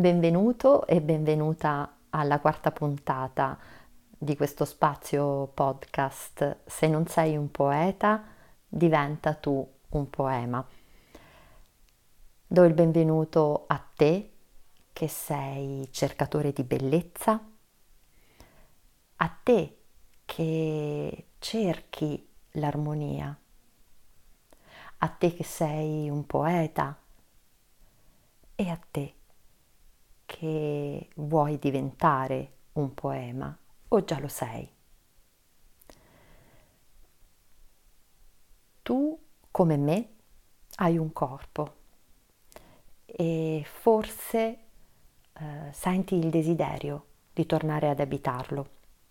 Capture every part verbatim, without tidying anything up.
Benvenuto e benvenuta alla quarta puntata di questo spazio podcast. Se non sei un poeta, diventa tu un poema. Do il benvenuto a te che sei cercatore di bellezza, a te che cerchi l'armonia, a te che sei un poeta e a te che vuoi diventare un poema o già lo sei. Tu, come me, hai un corpo e forse eh, senti il desiderio di tornare ad abitarlo.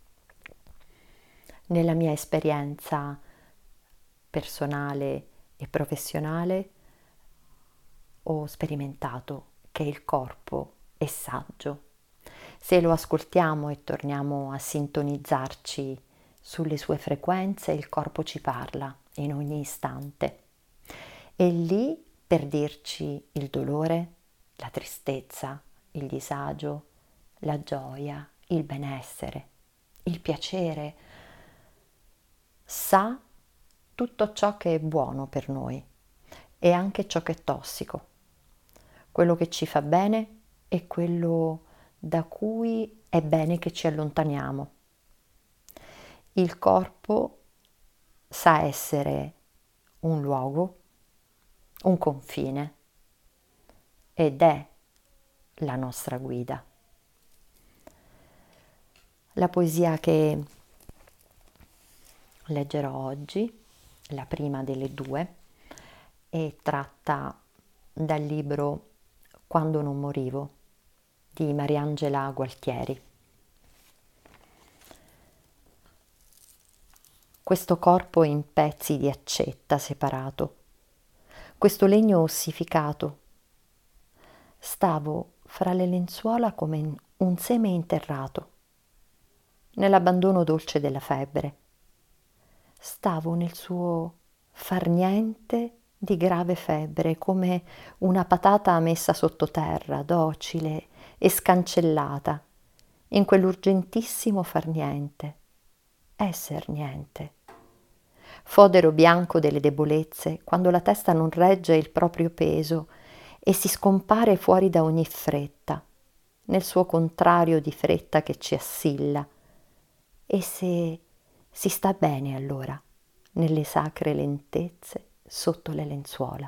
Nella mia esperienza personale e professionale ho sperimentato che il corpo è saggio. Se lo ascoltiamo e torniamo a sintonizzarci sulle sue frequenze, il corpo ci parla in ogni istante. È lì per dirci il dolore, la tristezza, il disagio, la gioia, il benessere, il piacere. Sa tutto ciò che è buono per noi e anche ciò che è tossico, quello che ci fa bene e quello da cui è bene che ci allontaniamo. Il corpo sa essere un luogo, un confine ed è la nostra guida. La poesia che leggerò oggi, la prima delle due, è tratta dal libro Quando non morivo di Mariangela Gualtieri. Questo corpo in pezzi di accetta separato, questo legno ossificato. Stavo fra le lenzuola come un seme interrato, nell'abbandono dolce della febbre. Stavo nel suo far niente di grave febbre, come una patata messa sottoterra, docile e scancellata, in quell'urgentissimo far niente, esser niente. Fodero bianco delle debolezze, quando la testa non regge il proprio peso e si scompare fuori da ogni fretta, nel suo contrario di fretta che ci assilla. E se si sta bene allora, nelle sacre lentezze sotto le lenzuola.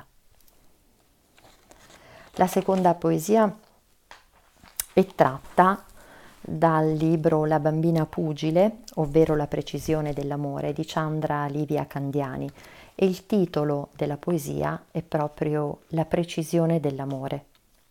La seconda poesia è tratta dal libro La bambina pugile, ovvero La precisione dell'amore di Chandra Livia Candiani, e il titolo della poesia è proprio La precisione dell'amore.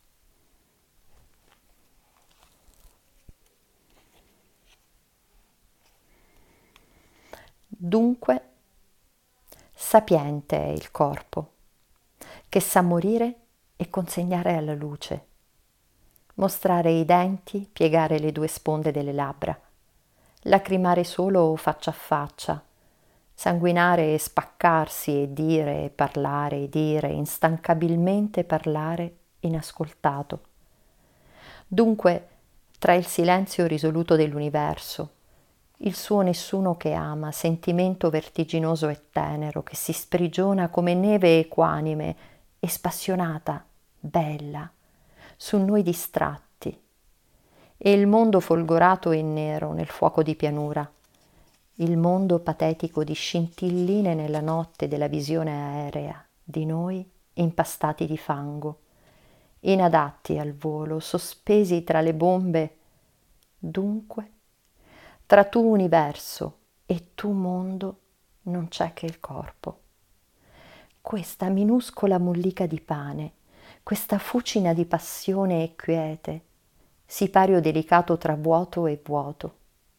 Dunque, sapiente è il corpo, che sa morire e consegnare alla luce, mostrare i denti, piegare le due sponde delle labbra, lacrimare solo faccia a faccia, sanguinare e spaccarsi e dire e parlare e dire, instancabilmente parlare inascoltato. Dunque, tra il silenzio risoluto dell'universo, il suo nessuno che ama, sentimento vertiginoso e tenero che si sprigiona come neve equanime e spassionata, bella, su noi distratti, e il mondo folgorato e nero nel fuoco di pianura, il mondo patetico di scintilline nella notte della visione aerea di noi impastati di fango, inadatti al volo, sospesi tra le bombe. Dunque, tra tu universo e tu mondo non c'è che il corpo. Questa minuscola mollica di pane, questa fucina di passione e quiete, sipario delicato tra vuoto e vuoto.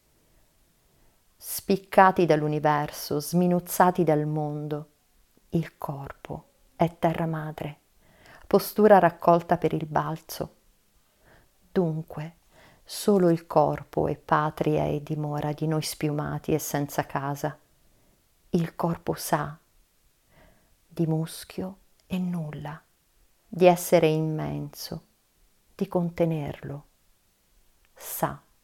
Spiccati dall'universo, sminuzzati dal mondo, il corpo è terra madre, postura raccolta per il balzo. Dunque, solo il corpo è patria e dimora di noi spiumati e senza casa. Il corpo sa di muschio e nulla, di essere immenso, di contenerlo, sa